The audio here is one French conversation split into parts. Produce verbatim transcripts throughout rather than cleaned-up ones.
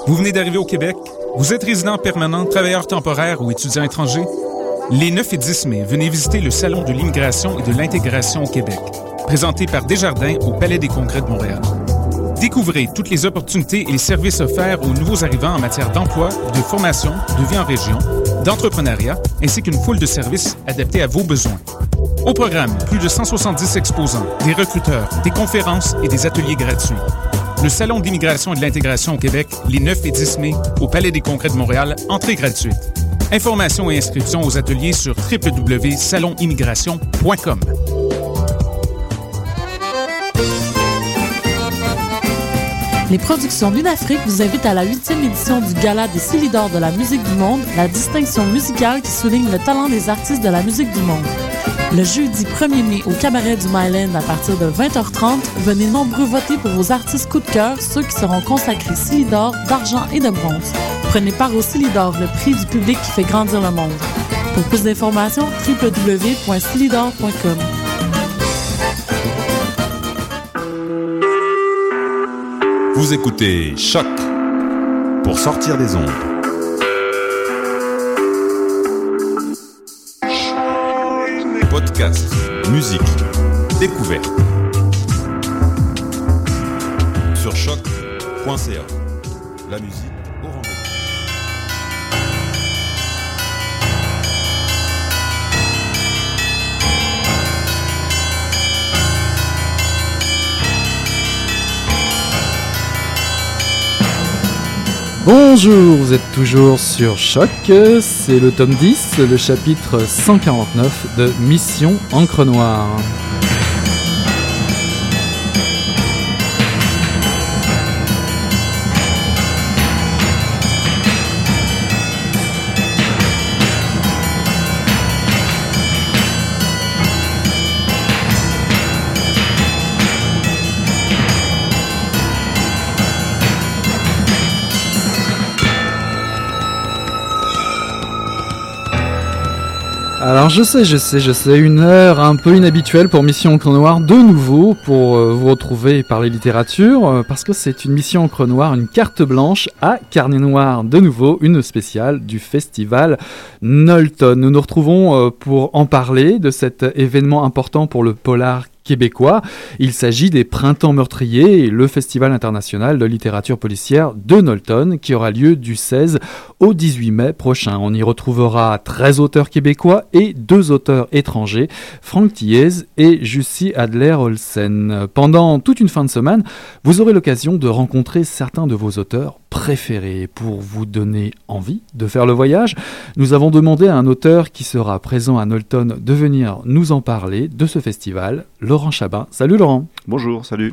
Vous venez d'arriver au Québec? Vous êtes résident permanent, travailleur temporaire ou étudiant étranger? Les neuf et dix mai, venez visiter le Salon de l'immigration et de l'intégration au Québec, présenté par Desjardins au Palais des Congrès de Montréal. Découvrez toutes les opportunités et les services offerts aux nouveaux arrivants en matière d'emploi, de formation, de vie en région, d'entrepreneuriat, ainsi qu'une foule de services adaptés à vos besoins. Au programme, plus de cent soixante-dix exposants, des recruteurs, des conférences et des ateliers gratuits. Le Salon de l'immigration et de l'intégration au Québec, les neuf et dix mai, au Palais des Congrès de Montréal, entrée gratuite. Informations et inscriptions aux ateliers sur w w w point salon immigration point com. Les productions Lunafrique vous invitent à la huitième édition du Gala des Silidor de la musique du monde, la distinction musicale qui souligne le talent des artistes de la musique du monde. Le jeudi premier mai au cabaret du Myland à partir de vingt heures trente, venez nombreux voter pour vos artistes coup de cœur, ceux qui seront consacrés Silidor, d'argent et de bronze. Prenez part au Silidor, le prix du public qui fait grandir le monde. Pour plus d'informations, w w w point silidor point com. Vous écoutez Choc pour sortir des ondes. Podcast, musique, découverte. Sur choc point c a. La musique au rendez-vous. Bonjour, vous êtes toujours sur Choc, c'est le tome dix, le chapitre cent quarante-neuf de Mission Encre Noire. Alors je sais, je sais, je sais, une heure un peu inhabituelle pour Mission Encre Noire, de nouveau pour euh, vous retrouver et parler littérature, euh, parce que c'est une Mission Encre Noire, une carte blanche à Carnet Noir, de nouveau une spéciale du festival Knowlton. Nous nous retrouvons euh, pour en parler de cet événement important pour le polar québécois. Il s'agit des Printemps meurtriers, le festival international de littérature policière de Knowlton, qui aura lieu du seize au dix-huit mai prochain. On y retrouvera treize auteurs québécois et deux auteurs étrangers, Franck Thiez et Jussi Adler-Olsen. Pendant toute une fin de semaine, vous aurez l'occasion de rencontrer certains de vos auteurs préférés. Pour vous donner envie de faire le voyage, nous avons demandé à un auteur qui sera présent à Knowlton de venir nous en parler de ce festival, Laurent Chabin. Salut Laurent. Bonjour, salut.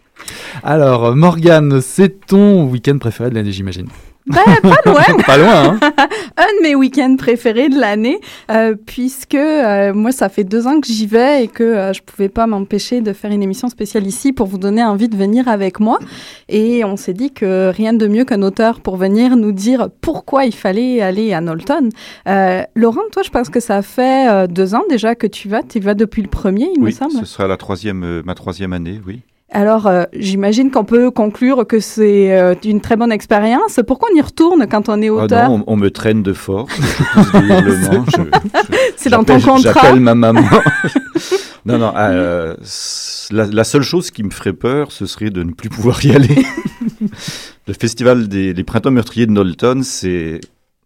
Alors Morgane, c'est ton week-end préféré de l'année, j'imagine? Ben, pas loin. Pas loin, hein. Un de mes week-ends préférés de l'année, euh, puisque euh, moi, ça fait deux ans que j'y vais et que euh, je pouvais pas m'empêcher de faire une émission spéciale ici pour vous donner envie de venir avec moi. Et on s'est dit que rien de mieux qu'un auteur pour venir nous dire pourquoi il fallait aller à Knowlton. Euh, Laurent, toi, je pense que ça fait euh, deux ans déjà que tu vas. Tu vas depuis le premier, il oui, me semble. Oui, ce sera la troisième, euh, ma troisième année, oui. Alors, euh, j'imagine qu'on peut conclure que c'est euh, une très bonne expérience. Pourquoi on y retourne quand on est auteur? Ah non, on, on me traîne de force. je, je, c'est dans ton contrat. J'appelle ma maman. non, non. Euh, la, la seule chose qui me ferait peur, ce serait de ne plus pouvoir y aller. Le festival des, des Printemps meurtriers de Knowlton, c'est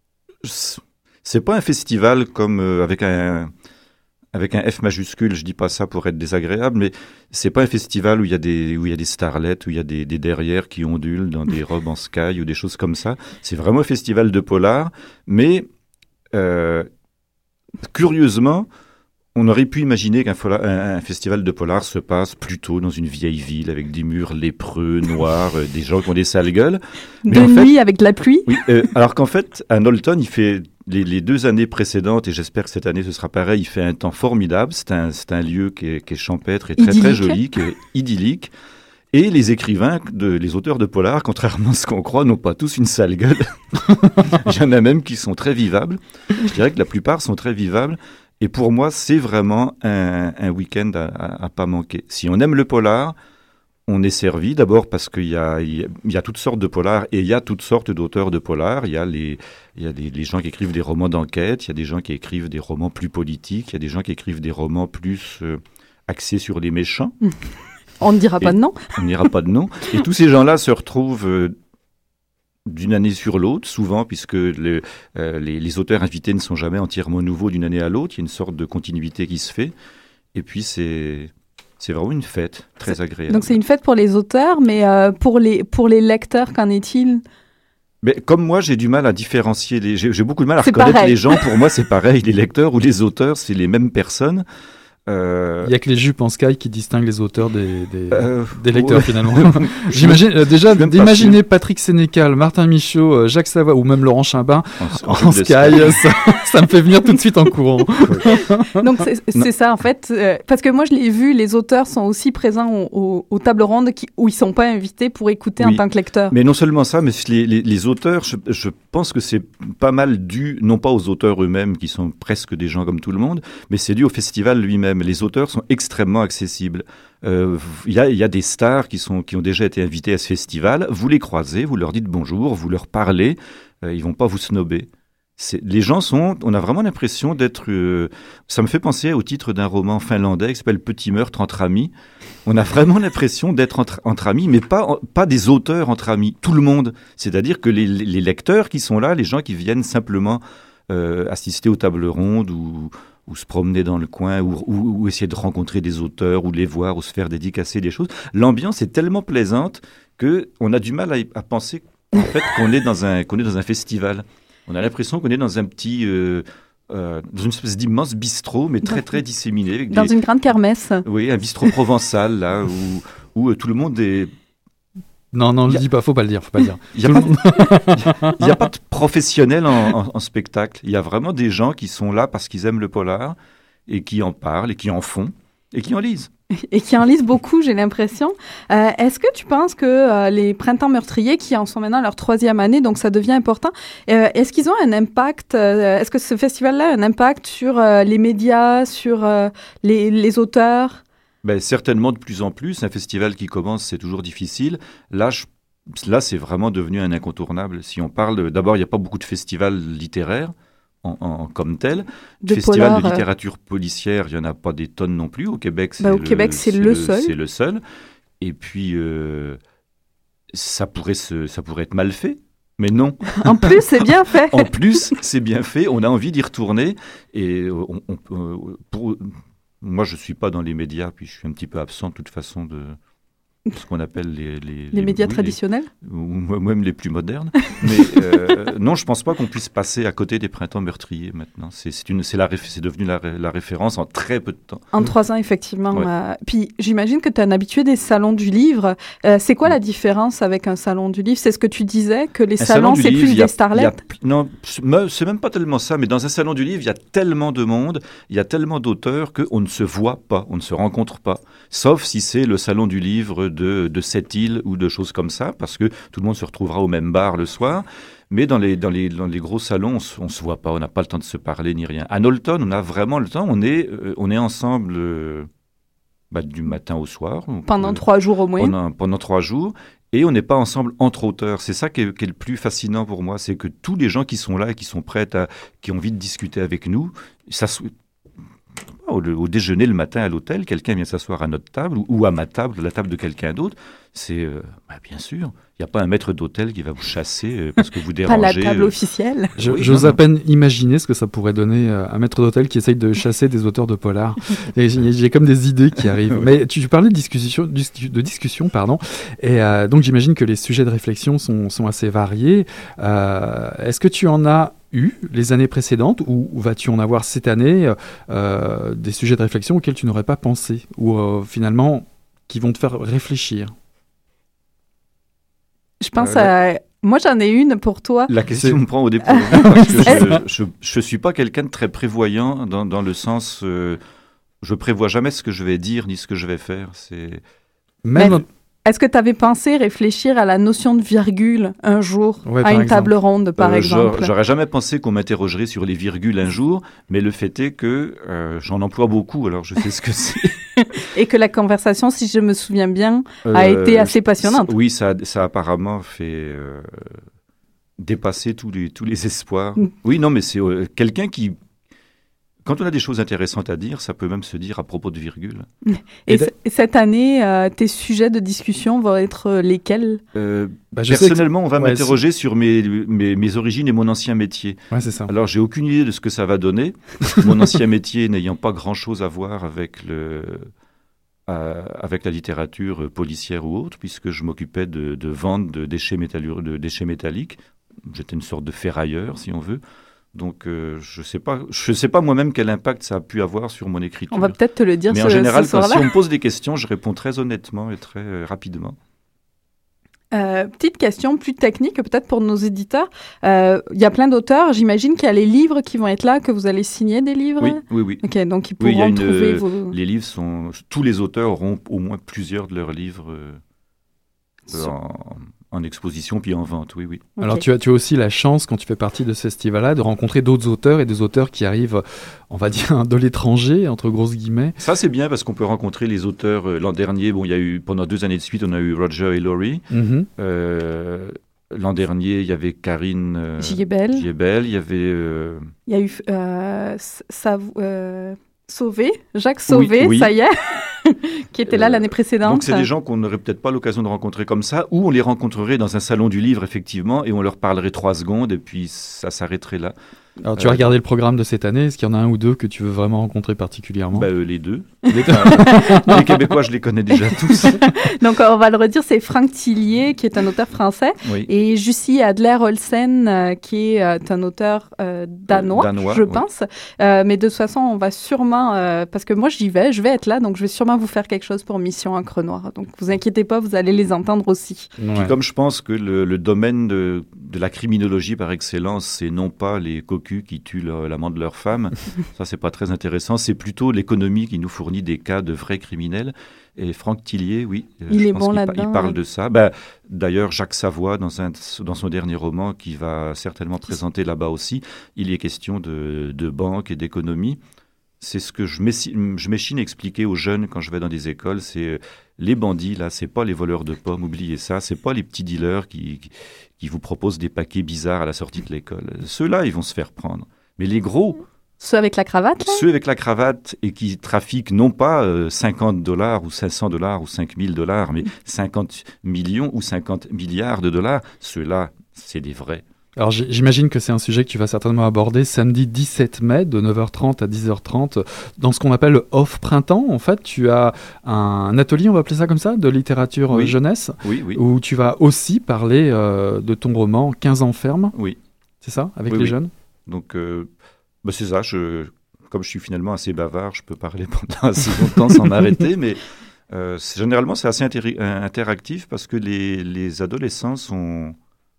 c'est pas un festival comme euh, avec un avec un F majuscule, je dis pas ça pour être désagréable, mais c'est pas un festival où il y a des où il y a des starlettes, où il y a des, des derrières qui ondulent dans des robes en sky ou des choses comme ça. C'est vraiment un festival de polar, mais euh, curieusement, on aurait pu imaginer qu'un un, un festival de polar se passe plutôt dans une vieille ville avec des murs lépreux, noirs, euh, des gens qui ont des sales gueules. Mais de en nuit fait, avec de la pluie. Oui, euh, alors qu'en fait, à Knowlton, il fait les, les deux années précédentes, et j'espère que cette année ce sera pareil, il fait un temps formidable. C'est un, c'est un lieu qui est, qui est champêtre et très idyllique. très joli, qui est idyllique. Et les écrivains, de, les auteurs de polar, contrairement à ce qu'on croit, n'ont pas tous une sale gueule. Il y en a même qui sont très vivables. Je dirais que la plupart sont très vivables. Et pour moi, c'est vraiment un, un week-end à, à, à pas manquer. Si on aime le polar, on est servi d'abord parce qu'il y a, il y a, il y a toutes sortes de polars et il y a toutes sortes d'auteurs de polars. Il y a les, il y a des, les gens qui écrivent des romans d'enquête, il y a des gens qui écrivent des romans plus politiques, il y a des gens qui écrivent des romans plus euh, axés sur les méchants. On ne dira pas et, de nom. On ne dira pas de nom. Et tous ces gens-là se retrouvent euh, d'une année sur l'autre, souvent, puisque le, euh, les, les auteurs invités ne sont jamais entièrement nouveaux d'une année à l'autre. Il y a une sorte de continuité qui se fait. Et puis, c'est, c'est vraiment une fête très agréable. Donc, c'est une fête pour les auteurs, mais euh, pour, les, pour les lecteurs, qu'en est-il ? Mais comme moi, j'ai du mal à différencier. Les, j'ai, j'ai beaucoup de mal à c'est reconnaître pareil. les gens. Pour moi, c'est pareil. Les lecteurs ou les auteurs, c'est les mêmes personnes. Euh... Il n'y a que les jupes en sky qui distinguent les auteurs des, des, euh, des lecteurs, ouais. finalement. J'imagine, euh, déjà, même d'imaginer Patrick Sénécal, Martin Michaud, euh, Jacques Savoie ou même Laurent Chimbin en, en, en sky, ça, ça me fait venir tout de suite en courant. Donc, c'est, c'est ça, en fait. Euh, parce que moi, je l'ai vu, les auteurs sont aussi présents au, au, aux tables rondes qui, où ils ne sont pas invités pour écouter oui. en tant que lecteurs. Mais non seulement ça, mais les, les, les auteurs, je, je pense que c'est pas mal dû, non pas aux auteurs eux-mêmes, qui sont presque des gens comme tout le monde, mais c'est dû au festival lui-même. Les auteurs sont extrêmement accessible. Il euh, y, y a des stars qui, sont, qui ont déjà été invités à ce festival. Vous les croisez, vous leur dites bonjour, vous leur parlez. Euh, ils ne vont pas vous snobber. C'est, les gens sont... On a vraiment l'impression d'être... Euh, ça me fait penser au titre d'un roman finlandais qui s'appelle « Petit meurtre entre amis ». On a vraiment l'impression d'être entre, entre amis, mais pas, pas des auteurs entre amis. Tout le monde. C'est-à-dire que les, les lecteurs qui sont là, les gens qui viennent simplement euh, assister aux tables rondes ou... ou se promener dans le coin, ou, ou, ou essayer de rencontrer des auteurs, ou les voir, ou se faire dédicacer des choses. L'ambiance est tellement plaisante qu'on a du mal à, à penser en fait, qu'on, est dans un, qu'on est dans un festival. On a l'impression qu'on est dans un petit... Euh, euh, dans une espèce d'immense bistrot, mais très, très disséminé. Avec dans des, une grande kermesse. Oui, un bistrot provençal, là, où, où euh, tout le monde est... Non, non, je ne dis pas, faut pas le dire, faut pas le dire. Il n'y a, a pas de professionnels en, en, en spectacle. Il y a vraiment des gens qui sont là parce qu'ils aiment le polar et qui en parlent et qui en font et qui en lisent. Et qui en lisent beaucoup, j'ai l'impression. Euh, est-ce que tu penses que euh, les Printemps meurtriers, qui en sont maintenant leur troisième année, donc ça devient important, euh, est-ce qu'ils ont un impact, euh, est-ce que ce festival-là a un impact sur euh, les médias, sur euh, les, les auteurs ? Ben, certainement de plus en plus. Un festival qui commence, c'est toujours difficile. Là, je, là, c'est vraiment devenu un incontournable. Si on parle, d'abord, il n'y a pas beaucoup de festivals littéraires en, en, comme tel. De Festival polar, de littérature policière, il n'y en a pas des tonnes non plus. Au Québec, c'est, bah, au le, Québec, c'est, c'est, le, le, seul. c'est le seul. Et puis, euh, ça, pourrait se, ça pourrait être mal fait. Mais non. En plus, c'est bien fait. En plus, c'est bien fait. On a envie d'y retourner. Et on, on, pour... Moi, je ne suis pas dans les médias, puis je suis un petit peu absent de toute façon de ce qu'on appelle les... Les, les, les médias oui, traditionnels les, ou même les plus modernes. Mais euh, non, je ne pense pas qu'on puisse passer à côté des Printemps meurtriers maintenant. C'est, c'est, une, c'est, la, c'est devenu la, la référence en très peu de temps. En trois ans, effectivement. Ouais. Euh, puis j'imagine que tu es un habitué des salons du livre. Euh, c'est quoi la différence avec un salon du livre ? C'est ce que tu disais, que les un salons, salon c'est livre, plus des a, starlets a, Non, c'est même pas tellement ça, mais dans un salon du livre, il y a tellement de monde, il y a tellement d'auteurs qu'on ne se voit pas, on ne se rencontre pas. Sauf si c'est le salon du livre de, de Sept-Îles ou de choses comme ça, parce que tout le monde se retrouvera au même bar le soir. Mais dans les, dans les, dans les gros salons, on ne se voit pas, on n'a pas le temps de se parler ni rien. À Knowlton, on a vraiment le temps, on est, euh, on est ensemble euh, bah, du matin au soir. Pendant euh, trois jours au moins. Pendant, pendant trois jours. Et on n'est pas ensemble entre auteurs. C'est ça qui est, qui est le plus fascinant pour moi, c'est que tous les gens qui sont là et qui sont prêts, à, qui ont envie de discuter avec nous, ça Au, au déjeuner le matin à l'hôtel, quelqu'un vient s'asseoir à notre table ou, ou à ma table, la table de quelqu'un d'autre. C'est euh, bah bien sûr, il n'y a pas un maître d'hôtel qui va vous chasser euh, parce que vous dérangez. Pas la table euh... officielle. Je, oui, j'ose non, à peine imaginer ce que ça pourrait donner euh, un maître d'hôtel qui essaye de chasser des auteurs de polar. Et j'ai, j'ai comme des idées qui arrivent. Mais tu, tu parlais de discussion, de discussion, pardon. Et euh, donc j'imagine que les sujets de réflexion sont, sont assez variés. Euh, est-ce que tu en as eu les années précédentes ou vas-tu en avoir cette année euh, des sujets de réflexion auxquels tu n'aurais pas pensé ou euh, finalement qui vont te faire réfléchir? Je pense euh, à... Moi, j'en ai une pour toi. La question c'est... me prend au dépourvu parce que je ne suis pas quelqu'un de très prévoyant dans, dans le sens... Euh, je prévois jamais ce que je vais dire ni ce que je vais faire. C'est... Même... Mais... Est-ce que tu avais pensé réfléchir à la notion de virgule un jour, Ouais, à par une exemple. table ronde, par Euh, exemple? j'aurais- J'aurais jamais pensé qu'on m'interrogerait sur les virgules un jour, mais le fait est que euh, j'en emploie beaucoup, alors je sais ce que c'est. Et que la conversation, si je me souviens bien, a Euh, été assez passionnante. Oui, ça, a- ça a apparemment fait euh, dépasser tous les, tous les espoirs. Mm. Oui, non, mais c'est euh, quelqu'un qui... Quand on a des choses intéressantes à dire, ça peut même se dire à propos de virgule. Et, Et c- et cette année, euh, tes sujets de discussion vont être euh, lesquels? Euh, Bah, je sais que- personnellement, on va ouais, m'interroger sur mes, mes, mes origines et mon ancien métier. Ouais, c'est ça. Alors, j'ai aucune idée de ce que ça va donner. Mon ancien métier n'ayant pas grand-chose à voir avec, le, euh, avec la littérature euh, policière ou autre, puisque je m'occupais de, de vente de déchets, métallur- de déchets métalliques. J'étais une sorte de ferrailleur, si on veut. Donc, euh, je ne sais pas, je sais pas moi-même quel impact ça a pu avoir sur mon écriture. On va peut-être te le dire Mais ce, en général, ce quand, soir-là. si on me pose des questions, je réponds très honnêtement et très euh, rapidement. Euh, petite question plus technique, peut-être pour nos éditeurs. Euh, Il y a plein d'auteurs. J'imagine qu'il y a les livres qui vont être là, que vous allez signer des livres. Oui, oui, oui. Ok, donc ils Oui, pourront il y a une, trouver euh, vos... Les livres sont... Tous les auteurs auront au moins plusieurs de leurs livres euh, euh, en, en exposition puis en vente, oui, oui. Ok. Alors tu as, tu as aussi la chance, quand tu fais partie de ce festival-là, de rencontrer d'autres auteurs et des auteurs qui arrivent, on va dire, de l'étranger, entre grosses guillemets. Ça, c'est bien parce qu'on peut rencontrer les auteurs. euh, L'an dernier, bon, il y a eu, pendant deux années de suite, on a eu Roger et Laurie. Mhm. Euh, L'an dernier, il y avait Karine euh, Giebel. Giebel. Il y avait... euh, Il y a eu euh, S- Sav- euh, Sauvé, Jacques Sauvé, Oui, oui. ça y est, qui était là Euh, l'année précédente. Donc, c'est des gens qu'on n'aurait peut-être pas l'occasion de rencontrer comme ça, ou on les rencontrerait dans un salon du livre, effectivement, et on leur parlerait trois secondes, et puis ça s'arrêterait là. Alors tu as Euh, regardé le programme de cette année, est-ce qu'il y en a un ou deux que tu veux vraiment rencontrer particulièrement? Bah, euh, les deux. Les deux. Les Québécois, je les connais déjà tous. Donc, on va le redire, c'est Franck Tillier, qui est un auteur français, Oui. et Jussi Adler-Olsen, euh, qui est euh, un auteur euh, danois, Euh, danois, je oui. pense. Euh, mais de toute façon, on va sûrement, euh, parce que moi, j'y vais, je vais être là, donc je vais sûrement vous faire quelque chose pour Mission Encre Noire. Donc, vous inquiétez pas, vous allez les entendre aussi. Ouais. Comme je pense que le, le domaine de, de la criminologie par excellence, c'est non pas les cocus qui tuent leur- l'amant de leur femme, ça c'est pas très intéressant, c'est plutôt l'économie qui nous fournit des cas de vrais criminels. Et Franck Tillier, oui, euh, Il je est pense bon qu'il pa- là-dedans, il parle ouais. de ça. Ben, d'ailleurs, Jacques Savoie, dans, un, dans son dernier roman, qui va certainement présenter là-bas aussi, il y est question de, de banque et d'économie. C'est ce que je m'essi- je m'échine à expliquer aux jeunes quand je vais dans des écoles, c'est euh, les bandits, là, c'est pas les voleurs de pommes, oubliez ça, c'est pas les petits dealers qui, qui, qui vous proposent des paquets bizarres à la sortie de l'école. Ceux-là, ils vont se faire prendre. Mais les gros, Ceux avec la cravate, là? ceux avec la cravate et qui trafiquent non pas euh, cinquante dollars ou cinq cents dollars ou cinq mille dollars, mais cinquante millions ou cinquante milliards de dollars, ceux-là, c'est des vrais. Alors j- j'imagine que c'est un sujet que tu vas certainement aborder samedi dix-sept mai de neuf heures trente à dix heures trente dans ce qu'on appelle le off printemps. En fait, tu as un atelier, on va appeler ça comme ça, de littérature euh, Oui. jeunesse, Oui, oui, où tu vas aussi parler euh, de ton roman quinze ans ferme, oui. c'est ça, avec Oui, les oui. jeunes? Donc, euh, bah, c'est ça. Je, comme je suis finalement assez bavard, je peux parler pendant assez longtemps sans m'arrêter. Mais euh, c'est- généralement, c'est assez intéri- euh, interactif parce que les, les adolescents sont...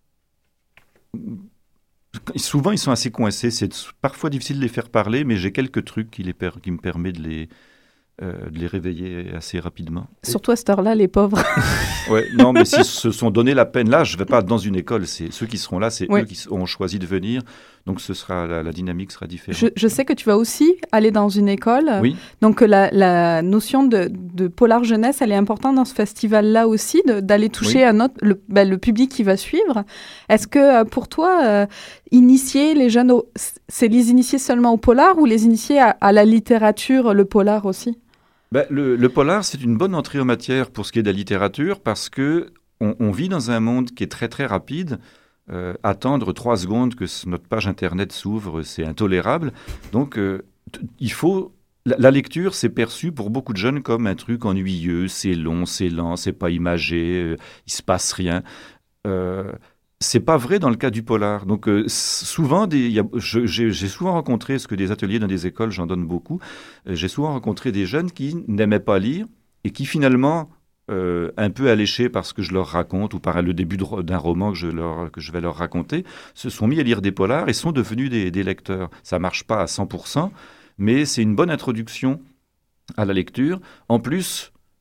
Souvent, ils sont assez coincés. C'est parfois difficile de les faire parler, mais j'ai quelques trucs qui, les per- qui me permettent de les, euh, de les réveiller assez rapidement. Surtout à cette heure-là, les pauvres. Ouais, non, mais s'ils se sont donné la peine, là, je ne vais pas dans une école. C'est ceux qui seront là, c'est Oui. eux qui ont choisi de venir. Donc, ce sera la, la dynamique sera différente. Je, je sais que tu vas aussi aller dans une école. Oui. Donc, la, la notion de, de polar jeunesse, elle est importante dans ce festival-là aussi, de- d'aller toucher Oui. un autre, le, ben, le public qui va suivre. Est-ce que euh, pour toi, euh, initier les jeunes, au- c'est les initier seulement au polar ou les initier à, à la littérature, le polar aussi? Ben, le, le polar, c'est une bonne entrée en matière pour ce qui est de la littérature parce que on, on vit dans un monde qui est très très rapide. Euh, attendre trois secondes que s- notre page internet s'ouvre, c'est intolérable. Donc, euh, t- il faut. La, la lecture, c'est perçu pour beaucoup de jeunes comme un truc ennuyeux, c'est long, c'est lent, c'est pas imagé, euh, il se passe rien. Euh, c'est pas vrai dans le cas du polar. Donc euh, s- souvent, des, il y a- je- j'ai j'ai souvent rencontré, ce que des ateliers dans des écoles, j'en donne beaucoup. euh, j'ai souvent rencontré des jeunes qui n'aimaient pas lire et qui finalement, euh, un peu alléchés par ce que je leur raconte ou par le début de ro- d'un roman que je, leur, que je vais leur raconter, se sont mis à lire des polars et sont devenus des, des lecteurs. Ça marche pas à cent pour cent, mais c'est une bonne introduction à la lecture. En plus,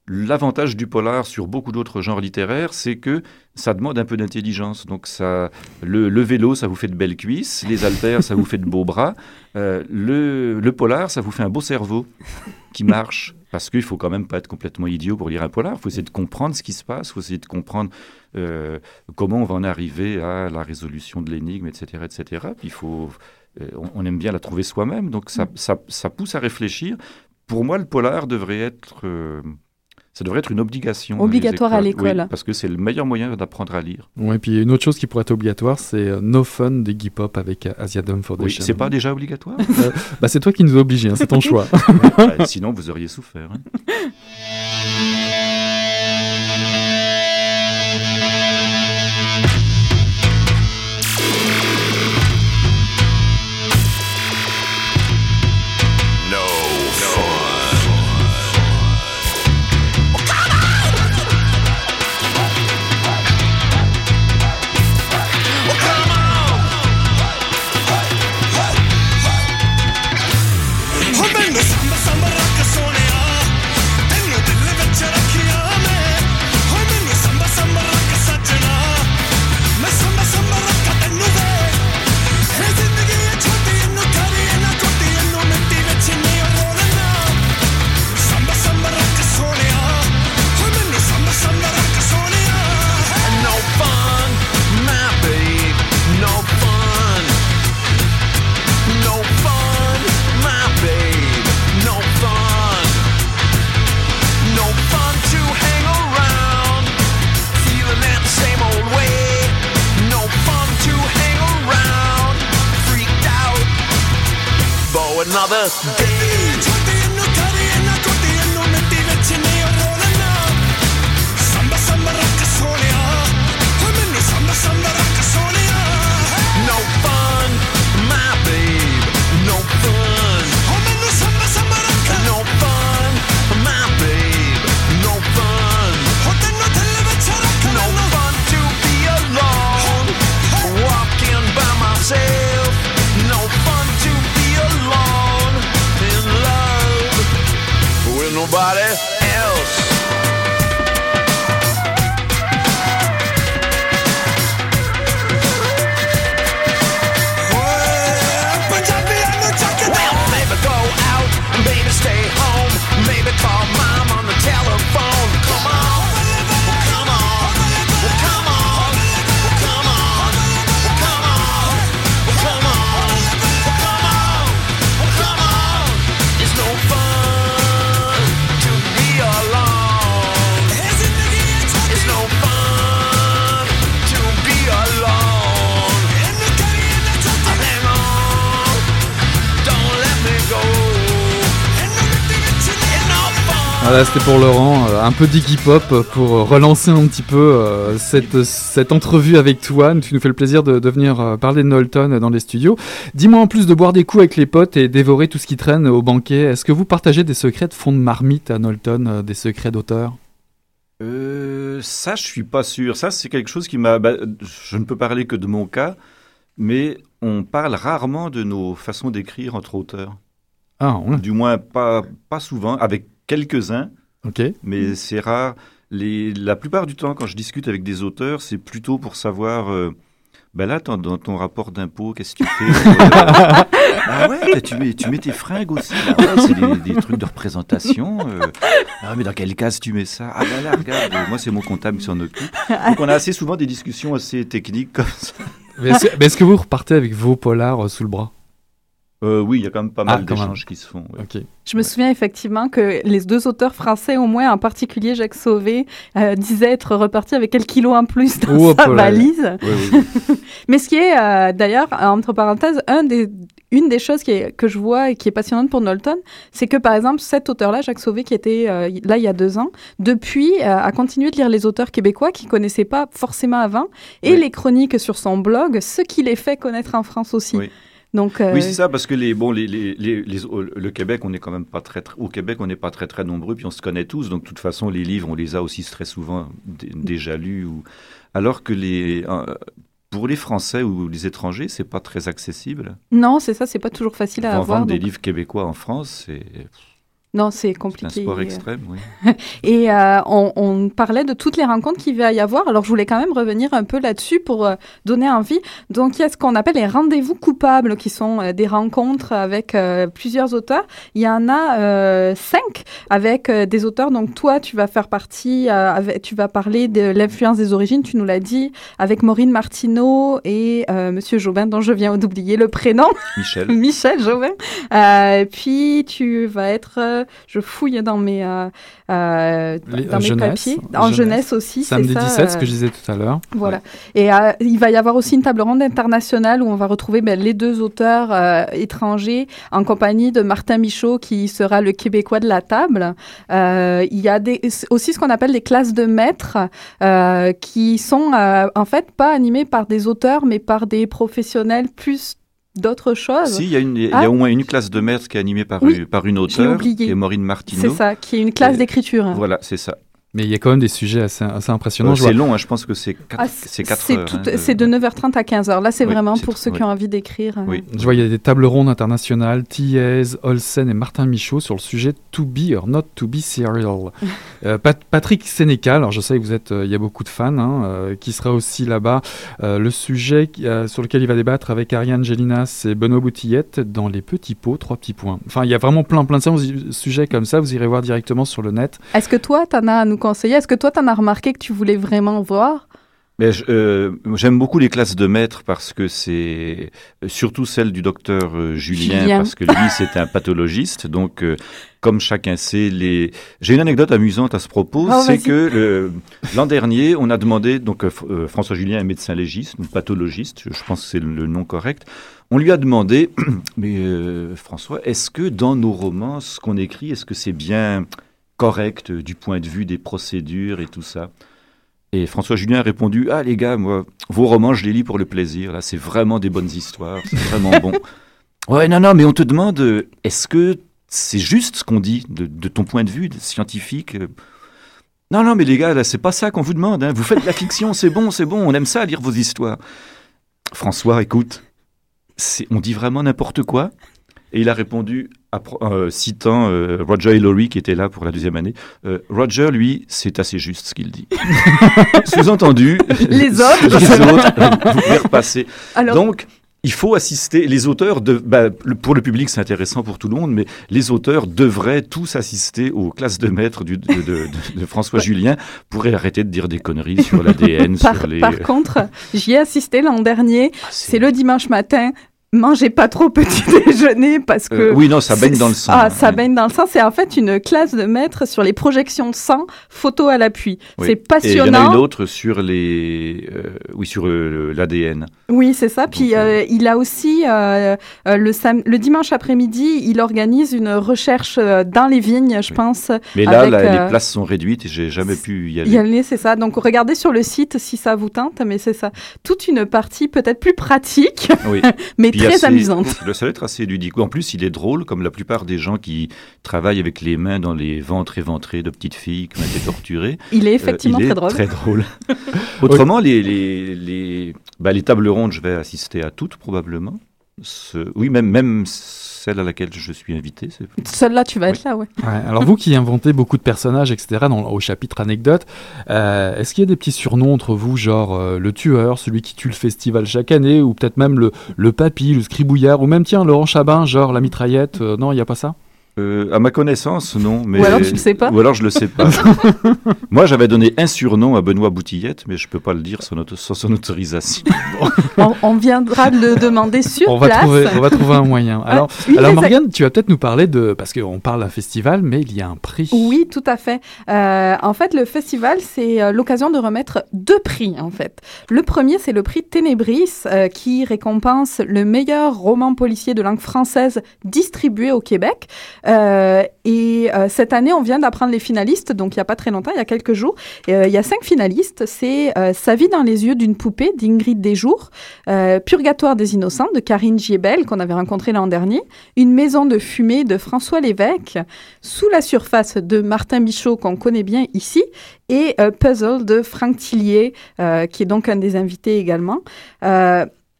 l'avantage du polar sur beaucoup d'autres genres littéraires, c'est que ça demande un peu d'intelligence. Donc ça, le, le vélo, ça vous fait de belles cuisses, les haltères, ça vous fait de beaux bras. Euh, le, le polar, ça vous fait un beau cerveau qui marche. Parce qu'il ne faut quand même pas être complètement idiot pour lire un polar. Il faut essayer de comprendre ce qui se passe, il faut essayer de comprendre euh, comment on va en arriver à la résolution de l'énigme, et cetera, et cetera. Puis il faut, euh, on, on aime bien la trouver soi-même, donc ça, ça, ça pousse à réfléchir. Pour moi, le polar devrait être, euh, ça devrait être une obligation. Obligatoire à l'école. Oui, parce que c'est le meilleur moyen d'apprendre à lire. Ouais, et puis une autre chose qui pourrait être obligatoire, c'est euh, No Fun des Iggy Pop avec euh, Asiadom Foundation. Oui, c'est pas déjà obligatoire euh, bah, c'est toi qui nous as obligés, hein, c'est ton choix. Bah, sinon, vous auriez souffert. Hein. Another day. No fun, my babe. No fun. No fun, my babe. No fun. No fun to be alone, walking by myself. No fun to be alone in love with nobody else. Baby, stay home. Maybe call mom on the telephone. Come on, come on, come on, come on, come on, come on, come on, come on. It's no fun to be alone. It's no fun to be alone. Hang on, don't let me go. Voilà, c'était pour Laurent, euh, un peu d'Iggy Pop pour euh, relancer un petit peu euh, cette, cette entrevue avec toi. Tu nous fais le plaisir de, de venir euh, parler de Nolton dans les studios. Dis-moi, en plus de boire des coups avec les potes et dévorer tout ce qui traîne au banquet, est-ce que vous partagez des secrets de fond de marmite à Nolton, euh, des secrets d'auteur ? euh, Ça, je suis pas sûr. Ça, c'est quelque chose qui m'a... Bah, je ne peux parler que de mon cas, mais on parle rarement de nos façons d'écrire entre auteurs. Ah, ouais. Du moins, pas, pas souvent, avec quelques-uns, okay. mais c'est rare. Les, la plupart du temps, quand je discute avec des auteurs, c'est plutôt pour savoir, euh, ben là, ton, dans ton rapport d'impôt, qu'est-ce que tu fais euh, ah ouais, tu mets, tu mets tes fringues aussi, là, ouais, c'est des, des trucs de représentation. Euh, ah mais dans quelle case tu mets ça? Ah ben là, regarde, euh, moi c'est mon comptable qui s'en occupe. Donc on a assez souvent des discussions assez techniques comme ça. Mais est-ce, mais est-ce que vous repartez avec vos polars euh, sous le bras? Euh, oui, il y a quand même pas mal ah, d'échanges qui se font. Ouais. Okay. Je me souviens effectivement que les deux auteurs français, au moins en particulier Jacques Sauvé, euh, disaient être repartis avec quelques kilos en plus dans oh, sa valise. Oui, oui. Mais ce qui est euh, d'ailleurs, entre parenthèses, un des, une des choses qui est, que je vois et qui est passionnante pour Nolton, c'est que par exemple cet auteur-là, Jacques Sauvé, qui était euh, là il y a deux ans, depuis euh, a continué de lire les auteurs québécois qu'il ne connaissait pas forcément avant, et oui. les chroniques sur son blog, ce qui les fait connaître en France aussi. Oui. Donc, euh... oui, c'est ça, parce que les, bon, les, les, les, les, le Québec, on n'est quand même pas très, très, au Québec, on n'est pas très, très nombreux, puis on se connaît tous. Donc, de toute façon, les livres, on les a aussi très souvent d- déjà lus. Ou... Alors que les, euh, pour les Français ou les étrangers, c'est pas très accessible. Non, c'est ça, c'est pas toujours facile à Vendre avoir. Vendre des donc... livres québécois en France, c'est... Non, c'est C'est un compliqué. sport extrême, oui. Et euh, on, on parlait de toutes les rencontres qu'il va y avoir. Alors, je voulais quand même revenir un peu là-dessus pour euh, donner envie. Donc, il y a ce qu'on appelle les rendez-vous coupables, qui sont euh, des rencontres avec euh, plusieurs auteurs. Il y en a euh, cinq avec euh, des auteurs. Donc, toi, tu vas faire partie, euh, avec, tu vas parler de l'influence des origines, tu nous l'as dit, avec Maureen Martineau et euh, Monsieur Jobin, dont je viens d'oublier le prénom. Michel. Michel Jobin. Euh, puis, tu vas être... euh, je fouille dans mes, euh, euh, Les- dans euh, mes jeunesse. papiers. En Jeunesse. jeunesse aussi, c'est Samedi ça. dix-sept, ce euh, que je disais tout à l'heure. Voilà. Et euh, il va y avoir aussi une table ronde internationale où on va retrouver ben, les deux auteurs euh, étrangers en compagnie de Martin Michaud, qui sera le Québécois de la table. Euh, il y a des, aussi ce qu'on appelle des classes de maîtres euh, qui sont euh, en fait pas animées par des auteurs, mais par des professionnels plus d'autres choses. Si, il y, a une- il y Ah. a au moins une classe de maître qui est animée par, Oui, une- par une l'ai auteure, oublié. qui est Maureen C'est Martineau. ça, qui est une classe Et- d'écriture. Voilà, c'est ça. Mais il y a quand même des sujets assez, assez impressionnants. Euh, Je vois- c'est long, hein, je pense que c'est quatre, Ah, c'est quatre c'est heures. tout- hein, de- c'est de neuf heures trente à quinze heures. Là, c'est Oui, vraiment c'est pour tout- ceux qui oui. ont envie d'écrire. euh, Oui. Je vois, il y a des tables rondes internationales, Thiez, Olsen et Martin Michaud sur le sujet To Be or Not To Be Serial. Euh, Pat- Patrick Sénécal, alors je sais que vous êtes, euh, il y a beaucoup de fans, hein, euh, qui sera aussi là-bas. Euh, le sujet qui- euh, sur lequel il va débattre avec Ariane Gélinas et Benoît Boutillette dans Les Petits Pots, trois petits points. Enfin, il y a vraiment plein, plein de ça- sujets comme ça, vous irez voir directement sur le net. Est-ce que toi, t'en as à nous conseiller? Est-ce que toi, t'en as remarqué que tu voulais vraiment voir? Mais je- euh, j'aime beaucoup les classes de maîtres parce que c'est euh, surtout celle du docteur euh, Julien, Julien. parce que lui c'est un pathologiste. Donc, euh, comme chacun sait, les. J'ai une anecdote amusante à ce propos, Oh, c'est vas-y. que le- l'an dernier, on a demandé donc euh, F- euh, François Julien est médecin légiste, donc pathologiste, je pense que c'est le, le nom correct. On lui a demandé, mais euh, François, est-ce que dans nos romans, ce qu'on écrit, est-ce que c'est bien correct euh, du point de vue des procédures et tout ça? Et François Julien a répondu: ah les gars, moi, vos romans, je les lis pour le plaisir. Là, c'est vraiment des bonnes histoires, c'est vraiment bon. Ouais, non, non, mais on te demande, euh, est-ce que c'est juste ce qu'on dit de, de ton point de vue de scientifique? euh Non, non, mais les gars, là, c'est pas ça qu'on vous demande. Hein. Vous faites de la fiction, c'est bon, c'est bon. On aime ça, lire vos histoires. François, écoute, c'est, on dit vraiment n'importe quoi. Et il a répondu, appro- euh, citant euh, Roger et Laurie, qui étaient là pour la deuxième année. euh, Roger, lui, c'est assez juste ce qu'il dit. Sous-entendu, Les autres. les autres, euh, vous pouvez repasser. Alors, Donc, il faut assister. Les auteurs, de, bah, le- pour le public, c'est intéressant pour tout le monde, mais les auteurs devraient tous assister aux classes de maître du, de, de- de- de François Julien pour arrêter de dire des conneries sur l'A D N, par, sur les. par contre, j'y ai assisté l'an dernier. Ah, C'est le dimanche matin. Mangez pas trop petit déjeuner parce que... Euh, oui, non, ça baigne c'est- dans le sang. Ah, hein, ça oui. baigne dans le sang. C'est en fait une classe de maître sur les projections de sang, photo à l'appui. Oui. C'est Et il y en a passionnant. une autre sur les, euh, oui, sur euh, l'A D N. Oui, c'est ça. Puis Donc, euh, il a aussi, euh, euh, le, sam- le dimanche après-midi, il organise une recherche euh, dans les vignes, je Oui. pense. Mais là, Avec, la- euh, les places sont réduites et j'ai jamais pu y aller. Il y a- c'est ça. Donc regardez sur le site si ça vous tente, mais c'est ça. Toute une partie peut-être plus pratique, Oui. mais Puis très assez- amusante. Le ça doit être assez ludique. En plus, il est drôle, comme la plupart des gens qui travaillent avec les mains dans les ventres éventrés de petites filles qui ont été torturées. Il est Euh, effectivement il est très drôle. Très drôle. Autrement, les, les, les, bah, les tables rondes, je vais assister à toutes probablement. Ce- oui, même, même celle à laquelle je suis invité. C'est... Celle-là, tu vas Oui. être là, ouais. Ouais, alors vous qui inventez beaucoup de personnages, et cetera, dans, au chapitre anecdote, euh, est-ce qu'il y a des petits surnoms entre vous, genre euh, le tueur, celui qui tue le festival chaque année, ou peut-être même le, le papy, le scribouillard, ou même tiens, Laurent Chabin, genre la mitraillette, euh, non, il n'y a pas ça? Euh, à ma connaissance, non. Mais... Ou alors tu le sais pas. Ou alors je le sais pas. Moi, j'avais donné un surnom à Benoît Boutillette, mais je peux pas le dire sans, auto- sans son autorisation. On, on viendra de le demander sur On va, place. trouver, on va trouver un moyen. Alors, une alors des- Morgane, tu vas peut-être nous parler de... Parce qu'on parle d'un festival, mais il y a un prix. Oui, tout à fait. Euh, en fait, le festival, c'est euh, l'occasion de remettre deux prix, en fait. Le premier, c'est le prix Ténébris, euh, qui récompense le meilleur roman policier de langue française distribué au Québec. Euh, et euh, cette année, on vient d'apprendre les finalistes, donc il n'y a pas très longtemps, il y a quelques jours. Et, euh, il y a cinq finalistes. C'est euh, Sa vie dans les yeux d'une poupée d'Ingrid Desjours, euh, Purgatoire des innocents de Karine Giebel, qu'on avait rencontré l'an dernier, Une maison de fumée de François Lévesque, Sous la surface de Martin Michaud, qu'on connaît bien ici, et euh, Puzzle de Franck Tillier, euh, qui est donc un des invités également. Euh,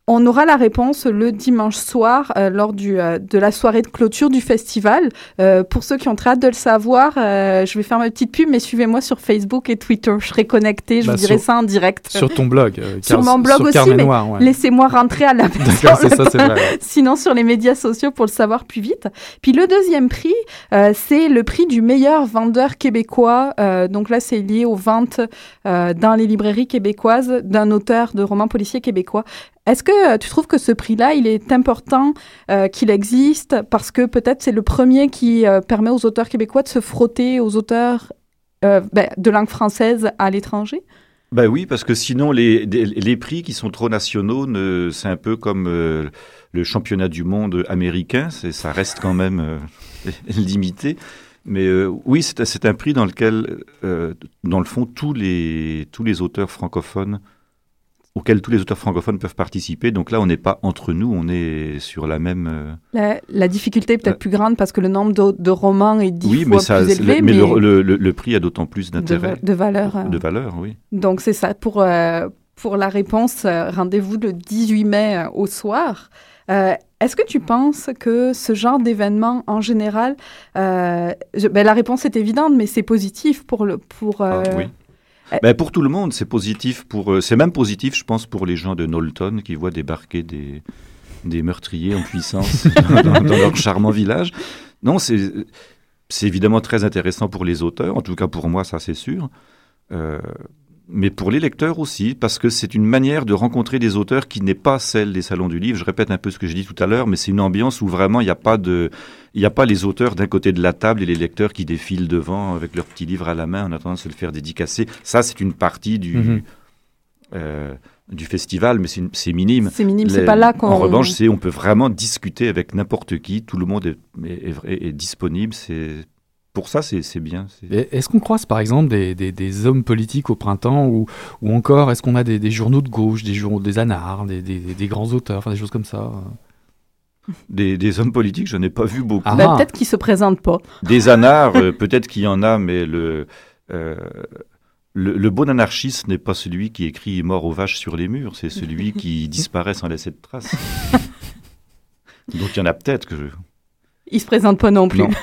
On aura la réponse le dimanche soir euh, lors du, euh, de la soirée de clôture du festival. Euh, pour ceux qui ont très hâte de le savoir, euh, je vais faire ma petite pub, mais suivez-moi sur Facebook et Twitter. Je serai connectée, je Bah, vous dirai sur- ça en direct. Sur ton blog. euh, Sur Car- mon blog sur aussi, Carnet mais Noir, ouais. laissez-moi rentrer à la maison. D'accord, c'est ça, c'est vrai. Ouais. Sinon, sur les médias sociaux pour le savoir plus vite. Puis le deuxième prix, euh, c'est le prix du meilleur vendeur québécois. Euh, donc là, c'est lié aux ventes euh, dans les librairies québécoises d'un auteur de romans policiers québécois. Est-ce que euh, tu trouves que ce prix-là, il est important euh, qu'il existe parce que peut-être c'est le premier qui euh, permet aux auteurs québécois de se frotter aux auteurs euh, ben, de langue française à l'étranger? Ben oui, parce que sinon, les, des- les prix qui sont trop nationaux, ne, c'est un peu comme euh, le championnat du monde américain, c'est, ça reste quand même euh, limité. Mais euh, oui, c'est, c'est un prix dans lequel, euh, dans le fond, tous les, tous les auteurs francophones, auxquels tous les auteurs francophones peuvent participer. Donc là, on n'est pas entre nous, on est sur la même... euh, La, la difficulté est peut-être Euh, plus grande parce que le nombre de, de romans est dix oui, fois mais, ça, plus c'est- élevé, mais, mais, le, le, le- le prix a d'autant plus de, va- d'intérêt, de valeur. euh. de valeur, oui. Donc c'est ça. Pour, euh, pour la réponse, euh, rendez-vous le dix-huit mai euh, au soir. Euh, Est-ce que tu penses que ce genre d'événement, en général, euh, je- ben, la réponse est évidente, mais c'est positif pour le... Pour, euh, Ah, oui. euh, Ben, pour tout le monde, c'est positif. Pour, euh, c'est même positif, je pense, pour les gens de Knowlton qui voient débarquer des, des meurtriers en puissance dans, dans leur charmant village. Non, c'est, c'est évidemment très intéressant pour les auteurs, en tout cas pour moi, ça c'est sûr. Euh, mais pour les lecteurs aussi, parce que c'est une manière de rencontrer des auteurs qui n'est pas celle des salons du livre. Je répète un peu ce que j'ai dit tout à l'heure, mais c'est une ambiance où vraiment il n'y a pas de, il n'y a pas les auteurs d'un côté de la table et les lecteurs qui défilent devant avec leur petit livre à la main en attendant de se le faire dédicacer. Ça, c'est une partie du, Mhm. euh, du festival, mais c'est, une- c'est minime. c'est minime, c'est Les- pas là qu'on... En revanche, c'est, on peut vraiment discuter avec n'importe qui. Tout le monde est, est, est- est disponible. C'est, pour ça, c'est, c'est bien. C'est- Et Est-ce qu'on croise par exemple des, des, des hommes politiques au printemps ou, ou encore est-ce qu'on a des, des journaux de gauche, des, journaux, des anards, des, des, des grands auteurs, enfin des choses comme ça? Des, des hommes politiques, je n'ai pas vu beaucoup. Ah. Ben, peut-être qu'ils se présentent pas. Des anards, euh, peut-être qu'il y en a, mais le, euh, le, le bon anarchiste n'est pas celui qui écrit « mort aux vaches sur les murs », c'est celui qui disparaît sans laisser de traces. Donc il y en a peut-être que je... Ils se présentent pas non plus. Non.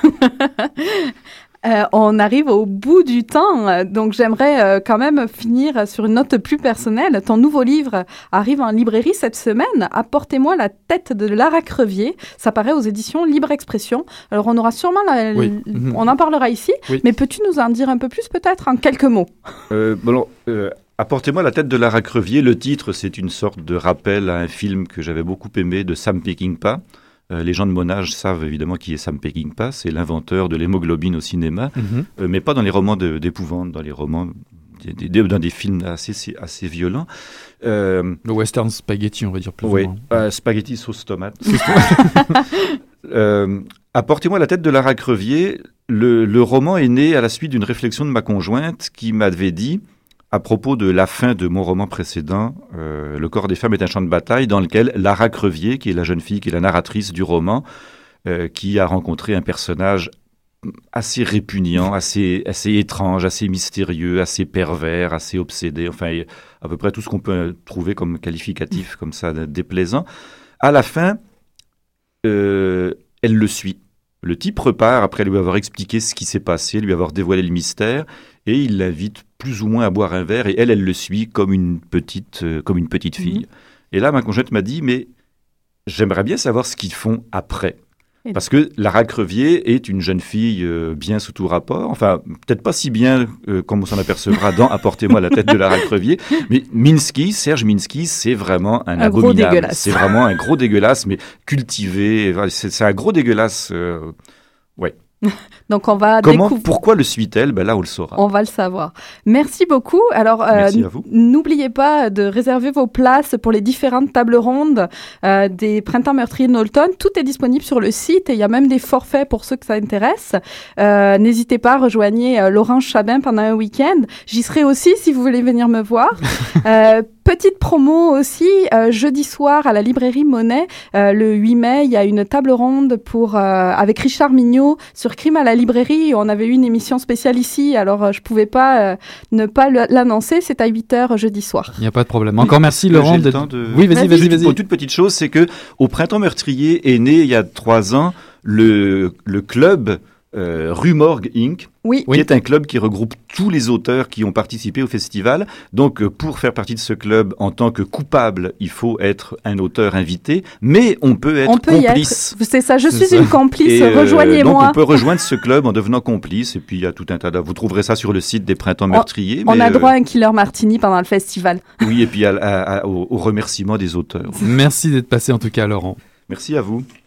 Euh, on arrive au bout du temps, euh, donc j'aimerais euh, quand même finir sur une note plus personnelle. Ton nouveau livre arrive en librairie cette semaine. Apportez-moi la tête de Lara Crevier. Ça paraît aux éditions Libre Expression. Alors on aura sûrement, la, Oui. l- on en parlera ici, Oui. mais peux-tu nous en dire un peu plus peut-être en quelques mots? Euh, bon, alors, euh, Apportez-moi la tête de Lara Crevier. Le titre, c'est une sorte de rappel à un film que j'avais beaucoup aimé de Sam Peckinpah. Euh, les gens de mon âge savent évidemment qui est Sam Peckinpah. C'est l'inventeur de l'hémoglobine au cinéma, Mhm. euh, mais pas dans les romans de- d'épouvante, dans les romans, des- des- dans des films assez, assez violents. Euh, Le western spaghetti, on va dire plus oui, ou moins. euh, spaghetti sauce tomate. Euh, Apportez-moi la tête de Lara Crevier. Le, le roman est né à la suite d'une réflexion de ma conjointe qui m'avait dit, à propos de la fin de mon roman précédent, euh, Le corps des femmes est un champ de bataille, dans lequel Lara Crevier, qui est la jeune fille, qui est la narratrice du roman, euh, qui a rencontré un personnage assez répugnant, assez, assez étrange, assez mystérieux, assez pervers, assez obsédé, enfin à peu près tout ce qu'on peut trouver comme qualificatif comme ça, déplaisant. À la fin, euh, elle le suit. Le type repart après lui avoir expliqué ce qui s'est passé, lui avoir dévoilé le mystère, et il l'invite plus ou moins à boire un verre, et elle, elle le suit comme une petite, euh, comme une petite fille. Mhm. Et là, ma conjointe m'a dit, mais j'aimerais bien savoir ce qu'ils font après. Et- Parce que Lara Crevier est une jeune fille euh, bien sous tout rapport, enfin, peut-être pas si bien euh, comme on s'en apercevra dans Apportez-moi la tête de Lara Crevier, mais Minsky, Serge Minsky, c'est vraiment un, Un gros abominable. dégueulasse. C'est vraiment un gros dégueulasse, mais cultivé, voilà, c'est, c'est un gros dégueulasse. euh, Donc on va Comment, découvrir... pourquoi le suit-elle? Ben là, on le saura. On va le savoir. Merci beaucoup. Alors, euh, Merci à vous. n- n'oubliez pas de réserver vos places pour les différentes tables rondes euh, des Printemps meurtriers de Knowlton. Tout est disponible sur le site et il y a même des forfaits pour ceux que ça intéresse. Euh, n'hésitez pas, rejoignez euh, Laurence Chabin pendant un week-end. J'y serai aussi si vous voulez venir me voir. euh, Petite promo aussi, euh, jeudi soir à la librairie Monet, euh, le huit mai, il y a une table ronde pour, euh, avec Richard Mignot sur sur Crime à la librairie. On avait eu une émission spéciale ici, alors euh, je pouvais pas euh, ne pas le- l'annoncer. C'est à huit heures jeudi soir. Il n'y a pas de problème. Encore merci J'ai Laurent. le d'être- temps de- Oui, vas-y, vas-y, vas-y. Une toute petite chose, c'est que au Printemps meurtrier est né il y a trois ans le, le club euh, Rue Morgue Incorporée, Oui. Oui. qui est un club qui regroupe tous les auteurs qui ont participé au festival. Donc, euh, pour faire partie de ce club en tant que coupable, il faut être un auteur invité, mais on peut être On peut y complice. être. C'est ça, je C'est suis ça. une complice. Et, euh, donc, Rejoignez-moi. on peut rejoindre ce club en devenant complice. Et puis, il y a tout un tas de... Vous trouverez ça sur le site des Printemps meurtriers. On mais, a euh, droit à un killer martini pendant le festival. Oui, et puis à- à- à- au, au remerciement des auteurs. Merci d'être passé en tout cas Laurent. Merci à vous.